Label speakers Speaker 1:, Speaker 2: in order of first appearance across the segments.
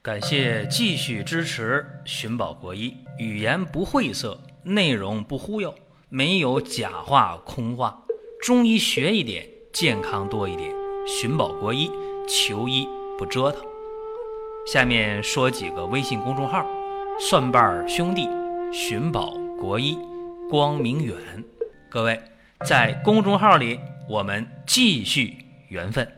Speaker 1: 感谢继续支持寻宝国医，语言不晦涩，内容不忽悠，没有假话空话，中医学一点，健康多一点。寻宝国医，求医不折腾。下面说几个微信公众号：蒜瓣兄弟、寻宝国医、光明远。各位在公众号里，我们继续缘分。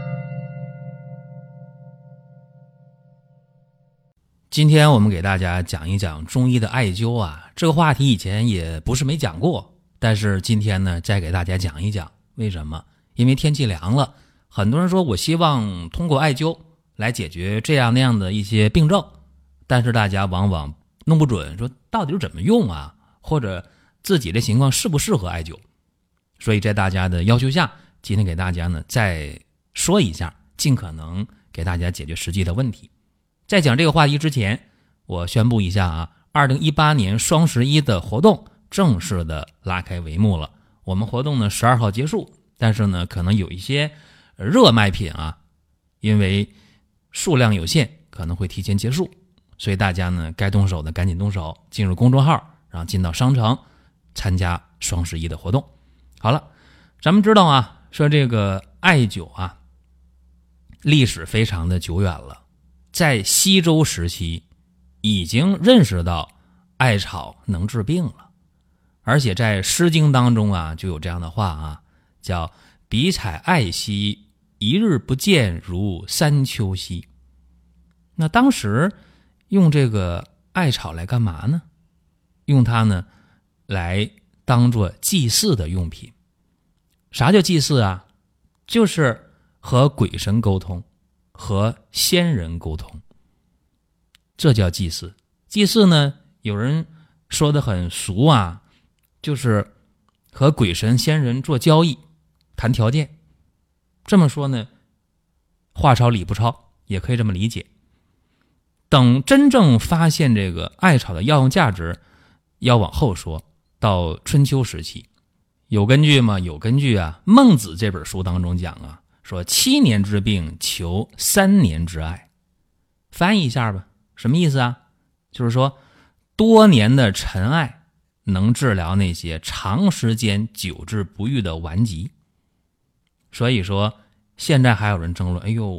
Speaker 1: 今天我们给大家讲一讲中医的艾灸啊，这个话题以前也不是没讲过，但是今天呢再给大家讲一讲。为什么？因为天气凉了，很多人说我希望通过艾灸来解决这样那样的一些病症，但是大家往往弄不准，说到底是怎么用啊，或者自己的情况适不适合艾灸。所以在大家的要求下，今天给大家呢再说一下，尽可能给大家解决实际的问题。在讲这个话题之前，我宣布一下啊，2018年双11的活动正式的拉开帷幕了。我们活动呢12号结束，但是呢可能有一些热卖品啊，因为数量有限，可能会提前结束，所以大家呢该动手的赶紧动手，进入公众号，然后进到商城参加双11的活动。好了，咱们知道啊，说这个艾灸啊，历史非常的久远了。在西周时期已经认识到艾草能治病了，而且在《诗经》当中啊就有这样的话啊，叫彼采艾兮，一日不见如三秋兮。那当时用这个艾草来干嘛呢？用它呢来当作祭祀的用品。啥叫祭祀啊？就是和鬼神沟通，和仙人沟通，这叫祭祀。祭祀呢，有人说的很俗啊，就是和鬼神仙人做交易，谈条件。这么说呢，话糙理不糙，也可以这么理解。等真正发现这个艾草的药用价值，要往后说，到春秋时期。有根据吗？有根据啊。孟子这本书当中讲啊，说7年之病求3年之艾。翻译一下吧，什么意思啊？就是说多年的陈艾能治疗那些长时间久治不愈的顽疾。所以说现在还有人争论，哎呦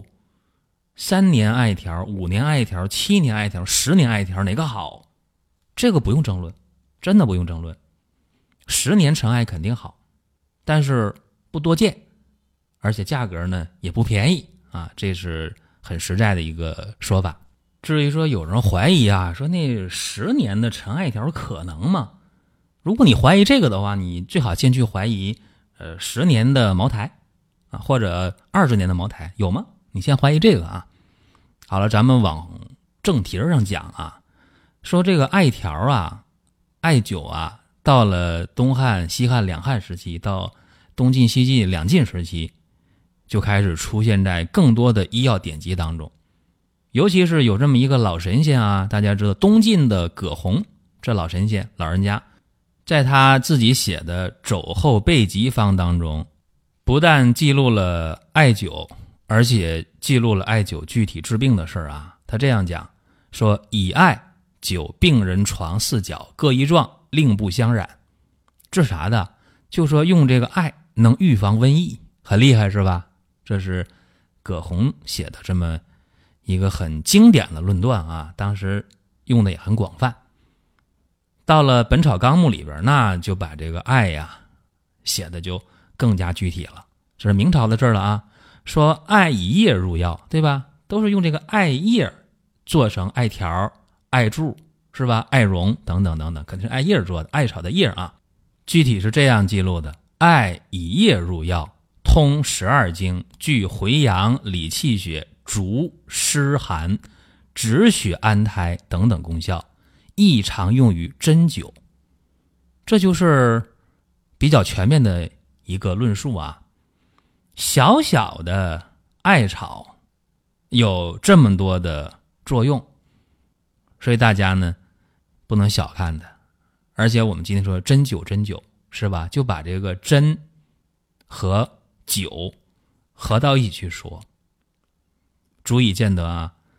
Speaker 1: ，3年艾条、5年艾条、7年艾条、10年艾条哪个好？这个不用争论，真的不用争论。10年陈艾肯定好，但是不多见，而且价格呢也不便宜啊，这是很实在的一个说法。至于说有人怀疑啊，说那10年的陈艾条可能吗？如果你怀疑这个的话，你最好先去怀疑10年的茅台啊，或者20年的茅台有吗？你先怀疑这个啊。好了，咱们往正题上讲啊，说这个艾条啊、艾灸啊，到了东汉、西汉两汉时期，到东晋、西晋两晋时期，就开始出现在更多的医药典籍当中。尤其是有这么一个老神仙啊，大家知道东晋的葛洪，这老神仙老人家在他自己写的《肘后备急方》当中，不但记录了艾灸，而且记录了艾灸具体治病的事儿啊。他这样讲说，以艾灸病人床4角各一状，令不相染。这啥的？就说用这个艾能预防瘟疫，很厉害是吧？这是葛洪写的这么一个很经典的论断啊，当时用的也很广泛。到了《本草纲目》里边，那就把这个艾呀写的就更加具体了。这是明朝的事了啊，说艾以叶入药，对吧？都是用这个艾叶做成艾条、艾柱，是吧？艾绒等等等等，肯定是艾叶做的，艾草的叶啊。具体是这样记录的：艾以叶入药，通12经，具回阳、理气血、逐湿寒、止血安胎等等功效，亦常用于针灸。这就是比较全面的一个论述啊。小小的艾草有这么多的作用，所以大家呢不能小看它。而且我们今天说针灸是吧，就把这个针和灸合到一起去说。足以见得啊，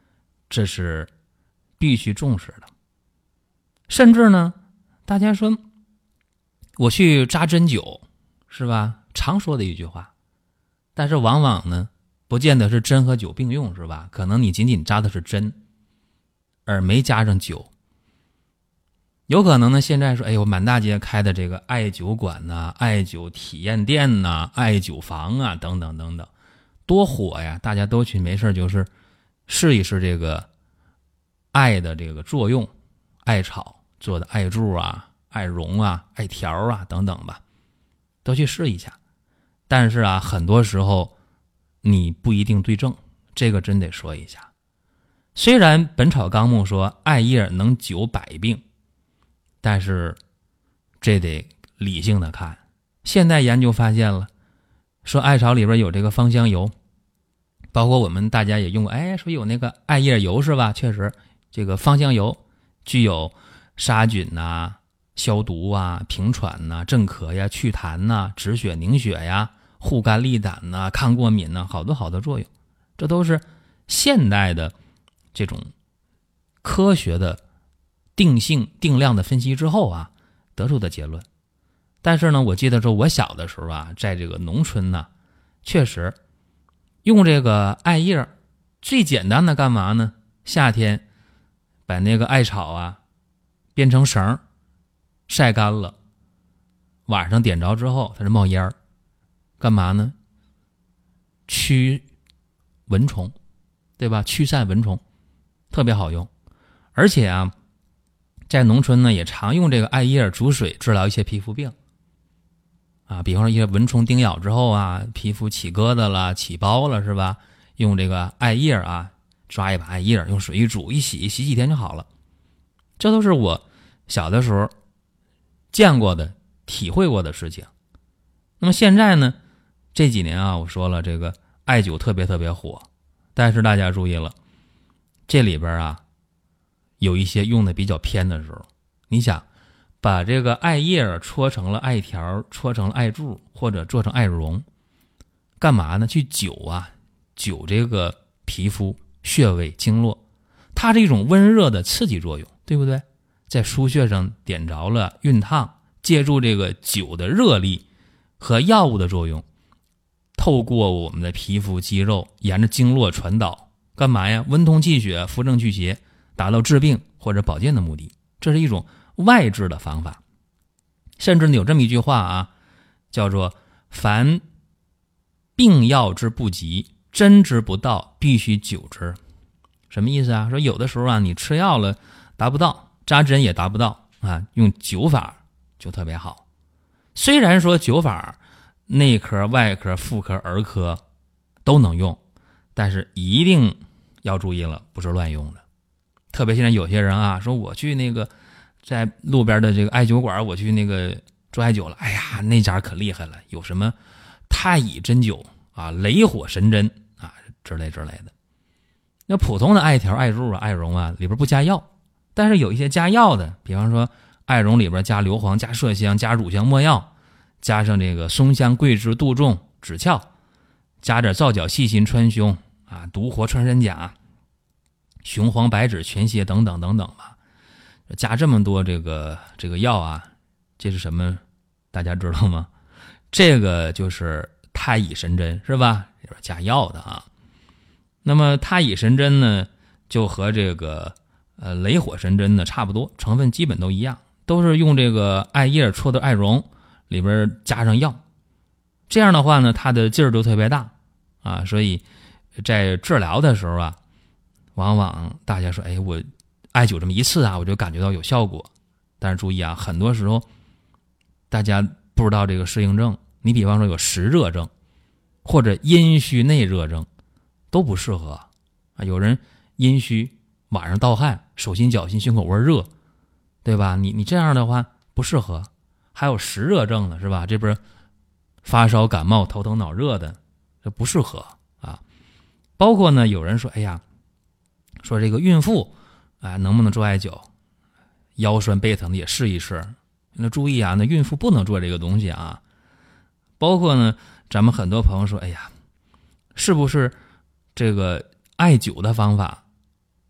Speaker 1: 这是必须重视的。甚至呢，大家说我去扎针灸，是吧？常说的一句话，但是往往呢，不见得是针和灸并用，是吧？可能你仅仅扎的是针，而没加上灸。有可能呢，现在说，哎呦，满大街开的这个艾灸馆呐、艾灸体验店呐、艾灸房啊，等等等等，多火呀！大家都去，没事就是试一试这个艾的这个作用，艾草做的艾柱啊、艾绒啊、艾条啊等等吧，都去试一下。但是啊，很多时候你不一定对症，这个真得说一下。虽然《本草纲目》说艾叶能灸百病，但是这得理性的看。现代研究发现了，说艾草里边有这个芳香油，包括我们大家也用过，说有那个艾叶油是吧？确实，这个芳香油具有杀菌呐、消毒啊、平喘呐、镇咳呀、祛痰呐、止血凝血呀、护肝利胆呐、抗过敏呐，好多好多作用。这都是现代的这种科学的定性定量的分析之后啊得出的结论。但是呢，我记得说我小的时候啊，在这个农村呢，确实用这个艾叶最简单的干嘛呢？夏天把那个艾草啊编成绳，晒干了，晚上点着之后它是冒烟儿，干嘛呢？驱蚊虫，对吧？驱散蚊虫，特别好用。而且啊，在农村呢也常用这个艾叶煮水治疗一些皮肤病啊，比方说一些蚊虫叮咬之后啊，皮肤起疙瘩了、起包了，是吧？用这个艾叶啊，抓一把艾叶，用水一煮一洗，洗几天就好了。这都是我小的时候见过的、体会过的事情。那么现在呢，这几年啊，我说了这个艾灸特别特别火，但是大家注意了，这里边啊有一些用的比较偏的时候。你想把这个艾叶搓成了艾条，搓成了艾柱，或者做成艾绒，干嘛呢？去灸啊，灸这个皮肤穴位经络，它是一种温热的刺激作用，对不对？在腧穴上点着了熨烫，借助这个灸的热力和药物的作用，透过我们的皮肤肌肉沿着经络传导，干嘛呀？温通气血，扶正祛邪，达到治病或者保健的目的。这是一种外治的方法。甚至有这么一句话啊，叫做凡病药之不及，针之不到，必须灸之。什么意思啊？说有的时候啊，你吃药了达不到，扎针也达不到啊，用灸法就特别好。虽然说灸法内科、外科、妇科、儿科都能用，但是一定要注意了，不是乱用的。特别现在有些人啊，说我去那个在路边的这个艾灸馆，我去那个做艾灸了，哎呀，那家可厉害了，有什么太乙针灸啊、雷火神针啊之类之类的。那普通的艾条、艾柱啊、艾绒啊，里边不加药，但是有一些加药的，比方说艾绒里边加硫磺、加麝香、加乳香没药，加上这个松香、桂枝、杜仲、枳壳，加点皂角、细辛、川芎啊、独活、穿山甲、雄黄、白芷、全蝎等等等等吧，加这么多这个药啊，这是什么？大家知道吗？这个就是太乙神针，是吧？里边加药的啊。那么太乙神针呢，就和这个雷火神针呢差不多，成分基本都一样，都是用这个艾叶搓的艾绒，里边加上药。这样的话呢，它的劲儿都特别大啊，所以在治疗的时候啊，往往大家说，哎，我艾灸这么一次啊，我就感觉到有效果。但是注意啊，很多时候大家不知道这个适应症，你比方说有实热症或者阴虚内热症都不适合啊。有人阴虚，晚上盗汗，手心脚心，胸口窝热，对吧？你这样的话不适合。还有实热症的是吧？这边发烧感冒头疼脑热的，这不适合啊。包括呢，有人说，哎呀，说这个孕妇啊，能不能做艾灸？腰酸背疼的也试一试。那注意啊，那孕妇不能做这个东西啊。包括呢，咱们很多朋友说，哎呀，是不是这个艾灸的方法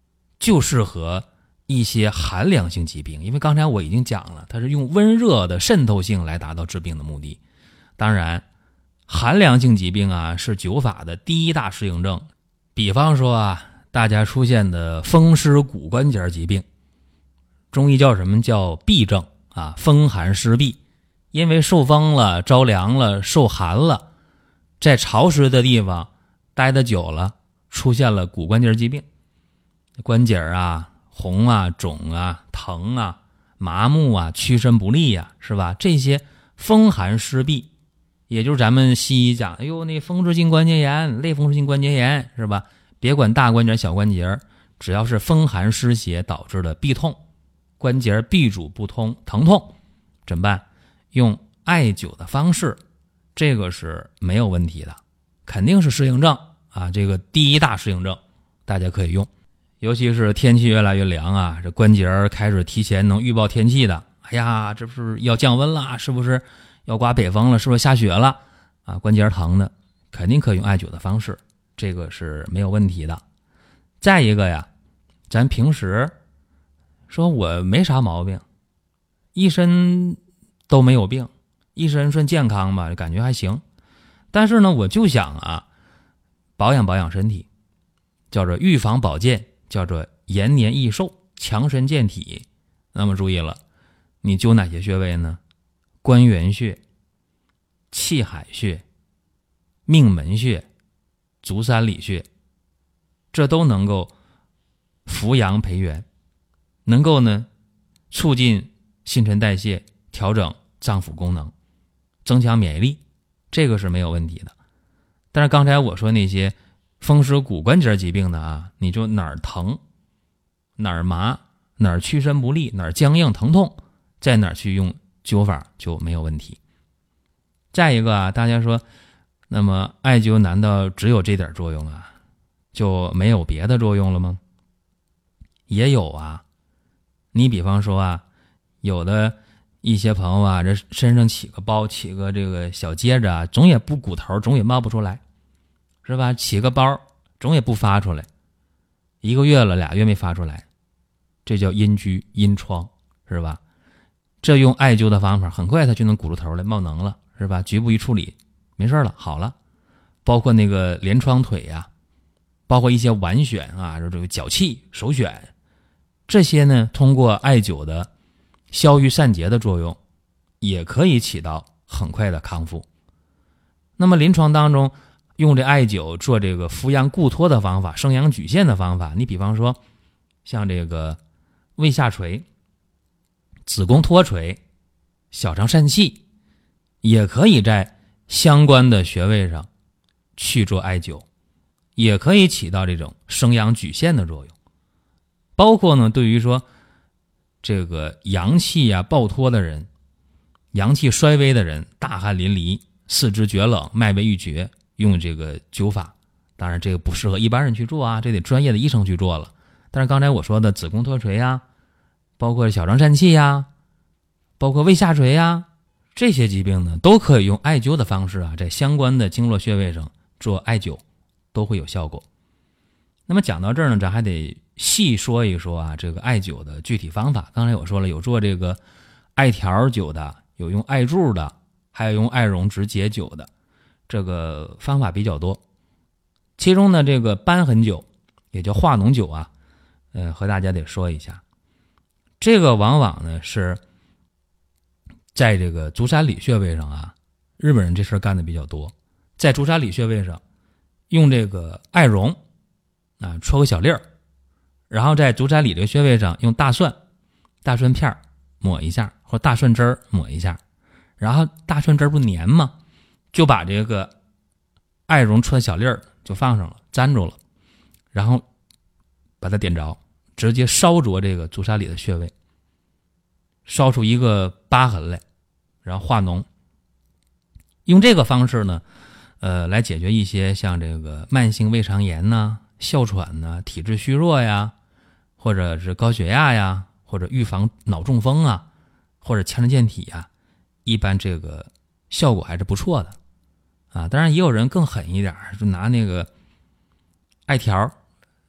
Speaker 1: 就适合一些寒凉性疾病，因为刚才我已经讲了，它是用温热的渗透性来达到治病的目的。当然寒凉性疾病啊是灸法的第一大适应症，比方说啊大家出现的风湿骨关节疾病，中医叫什么？叫痹症啊，风寒湿痹。因为受风了、着凉了、受寒了，在潮湿的地方待得久了，出现了骨关节疾病，关节啊红啊、肿啊、疼啊、麻木啊、屈伸不利啊，是吧？这些风寒湿痹，也就是咱们西医讲，哎呦，那风湿性关节炎、类风湿性关节炎，是吧？别管大关节、小关节，只要是风寒湿邪导致的痹痛，关节痹阻不通、疼痛，怎么办？用艾灸的方式，这个是没有问题的，肯定是适应症啊，这个第一大适应症，大家可以用。尤其是天气越来越凉啊，这关节开始提前能预报天气的，哎呀，这不是要降温了，是不是要刮北风了，是不是下雪了啊？关节疼的，肯定可以用艾灸的方式，这个是没有问题的。再一个呀，咱平时说我没啥毛病，一身都没有病，一身算健康吧，感觉还行。但是呢，我就想啊，保养保养身体，叫做预防保健，叫做延年益寿、强身健体。那么注意了，你灸哪些穴位呢？关元穴、气海穴、命门穴、足三里穴，这都能够扶阳培元，能够呢促进新陈代谢，调整脏腑功能，增强免疫力，这个是没有问题的。但是刚才我说那些风湿骨关节疾病的啊，你就哪儿疼哪儿麻，哪儿屈伸不利，哪儿僵硬疼痛，在哪儿去用灸法就没有问题。再一个啊，大家说那么艾灸难道只有这点作用啊，就没有别的作用了吗？也有啊。你比方说啊，有的一些朋友啊，这身上起个包，起个这个小疖子啊，总也不鼓头，总也冒不出来，是吧？起个包总也不发出来，1个月了2月没发出来，这叫阴疽阴疮，是吧？这用艾灸的方法很快它就能鼓出头来，冒脓了，是吧？局部一处理没事了，好了。包括那个连疮腿呀，包括一些脘癣啊，这个脚气、手癣，这些呢通过艾灸的消瘀散结的作用，也可以起到很快的康复。那么临床当中用这艾灸做这个扶阳固脱的方法、生阳举陷的方法，你比方说像这个胃下垂、子宫脱垂、小肠疝气，也可以在相关的穴位上去做艾灸，也可以起到这种生阳举陷的作用。包括呢，对于说这个阳气啊暴脱的人、阳气衰微的人，大汗淋漓、四肢厥冷、脉微欲绝，用这个灸法。当然这个不适合一般人去做啊，这得专业的医生去做了。但是刚才我说的子宫脱垂啊，包括小肠疝气啊，包括胃下垂啊，这些疾病呢都可以用艾灸的方式啊，在相关的经络穴位上做艾灸，都会有效果。那么讲到这儿呢，咱还得细说一说啊，这个艾灸的具体方法。刚才我说了，有做这个艾条灸的，有用艾柱的，还有用艾绒直接灸的，这个方法比较多。其中呢，这个瘢痕灸也叫化脓灸啊，和大家得说一下。这个往往呢是在这个足三里穴位上啊，日本人这事干的比较多，在足三里穴位上用这个艾绒啊戳个小粒儿，然后在足三里这个穴位上用大蒜片抹一下，或大蒜汁儿抹一下，然后大蒜汁儿不粘吗？就把这个艾绒戳的小粒儿就放上了，粘住了，然后把它点着，直接烧灼这个足三里的穴位，烧出一个疤痕来，然后化脓。用这个方式呢，来解决一些像这个慢性胃肠炎呐、哮喘呐、体质虚弱呀，或者是高血压呀，或者预防脑中风啊，或者强身健体啊，一般这个效果还是不错的啊。当然也有人更狠一点，就拿那个艾条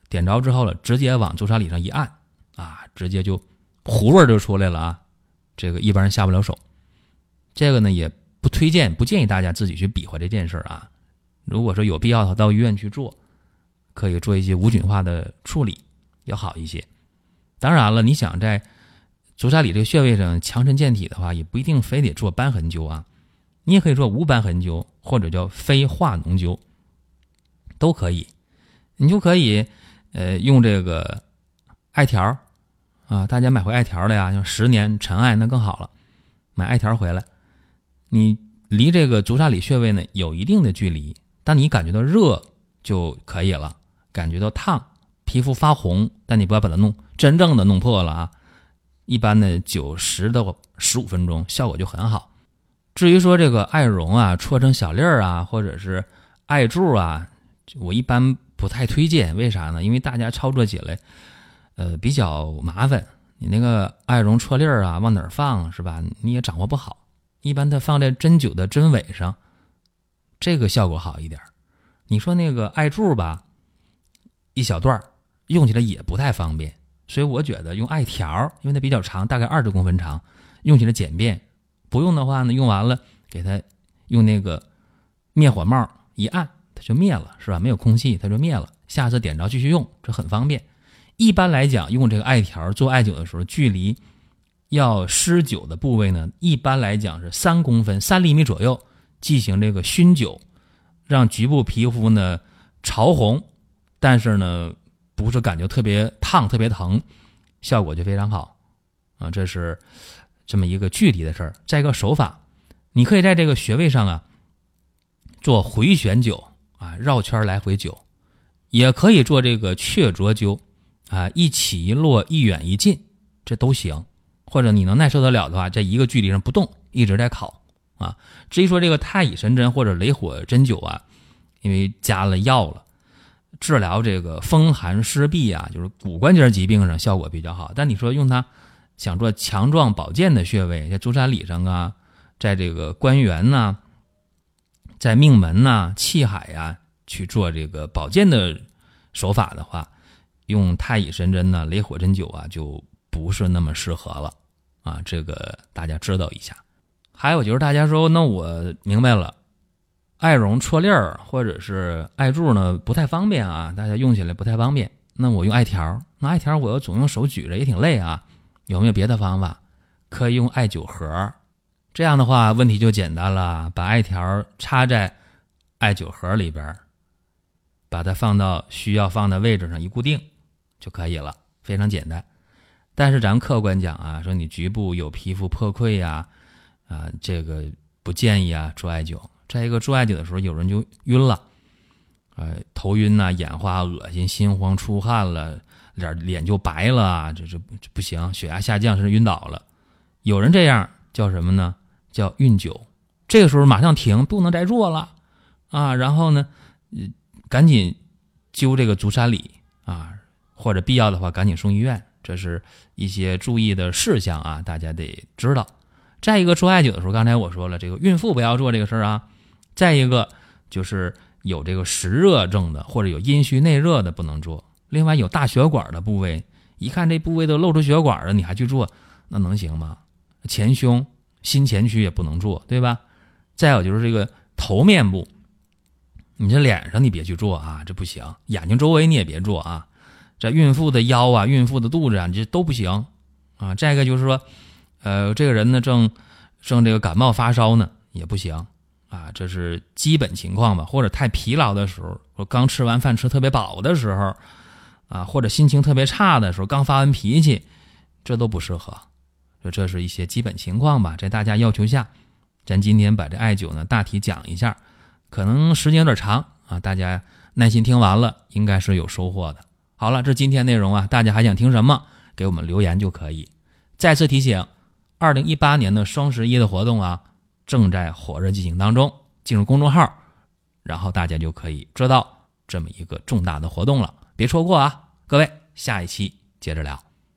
Speaker 1: 点着之后了，直接往足沙里上一按啊，直接就糊味就出来了啊。这个一般人下不了手。这个呢也不推荐，不建议大家自己去比划这件事啊。如果说有必要的话，到医院去做，可以做一些无菌化的处理，要好一些。当然了，你想在足沙里这个穴位上强身健体的话，也不一定非得做瘢痕灸啊，你也可以做无瘢痕灸，或者叫非化脓灸，都可以。你就可以用这个艾条啊，大家买回艾条的呀，像10年陈艾那更好了，买艾条回来，你离这个足沙里穴位呢有一定的距离，当你感觉到热就可以了，感觉到烫，皮肤发红，但你不要把它真正的弄破了啊。一般的90到15分钟效果就很好。至于说这个艾绒啊，搓成小粒儿啊，或者是艾柱啊，我一般不太推荐。为啥呢？因为大家操作起来比较麻烦，你那个艾绒搓粒儿啊往哪儿放是吧，你也掌握不好。一般它放在针灸的针尾上，这个效果好一点。你说那个艾柱吧，一小段用起来也不太方便，所以我觉得用艾条，因为它比较长，大概20公分长，用起来简便。不用的话呢，用完了给它用那个灭火帽一按，它就灭了，是吧？没有空气它就灭了，下次点着继续用，这很方便。一般来讲，用这个艾条做艾灸的时候，距离要施灸的部位呢，一般来讲是3公分，3厘米左右，进行这个熏灸，让局部皮肤呢潮红，但是呢不是感觉特别烫特别疼，效果就非常好啊。这是这么一个距离的事儿。再一个手法，你可以在这个穴位上啊做回旋灸啊，绕圈来回灸，也可以做这个雀啄灸啊，一起一落一远一近，这都行。或者你能耐受得了的话，在一个距离上不动，一直在烤啊。至于说这个太乙神针或者雷火针灸啊，因为加了药了，治疗这个风寒湿痹啊，就是骨关节疾病上效果比较好。但你说用它想做强壮保健的穴位，在足三里上啊，在这个关元呐，在命门呐、气海啊去做这个保健的手法的话，用太乙神针呐、雷火针灸啊就不是那么适合了啊，这个大家知道一下。还有就是大家说，那我明白了，艾绒搓粒儿或者是艾柱呢不太方便啊，大家用起来不太方便。那我用艾条，那艾条我要总用手举着也挺累啊，有没有别的方法？可以用艾灸盒，这样的话问题就简单了，把艾条插在艾灸盒里边，把它放到需要放的位置上一固定就可以了，非常简单。但是咱客观讲啊，说你局部有皮肤破溃呀，这个不建议啊做艾灸。再一个做艾灸的时候，有人就晕了，头晕呐、眼花、恶心、心慌、出汗了，脸就白了，这不行，血压下降甚至晕倒了。有人这样叫什么呢？叫晕灸。这个时候马上停，不能再做了啊！然后呢，赶紧灸这个足三里啊，或者必要的话赶紧送医院。这是一些注意的事项啊，大家得知道。再一个做艾灸的时候，刚才我说了，这个孕妇不要做这个事儿啊。再一个就是有这个实热症的或者有阴虚内热的不能做。另外有大血管的部位，一看这部位都露出血管了，你还去做，那能行吗？前胸、心前区也不能做，对吧？再有就是这个头面部，你这脸上你别去做啊，这不行。眼睛周围你也别做啊。这孕妇的腰啊、孕妇的肚子啊，这都不行啊。再一个就是说，这个人呢正这个感冒发烧呢，也不行啊。这是基本情况吧。或者太疲劳的时候，或刚吃完饭吃特别饱的时候啊，或者心情特别差的时候，刚发完脾气，这都不适合。这是一些基本情况吧，在大家要求下，咱今天把这艾灸呢大体讲一下，可能时间有点长啊，大家耐心听完了，应该是有收获的。好了，这今天内容啊，大家还想听什么？给我们留言就可以。再次提醒，2018年的双11的活动啊，正在火热进行当中。进入公众号，然后大家就可以知道这么一个重大的活动了，别错过啊！各位，下一期接着聊。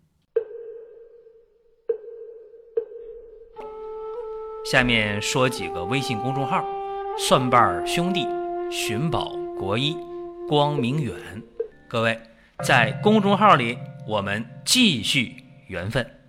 Speaker 1: 下面说几个微信公众号：蒜瓣兄弟、寻宝国医、光明远。各位在公众号里我们继续缘分。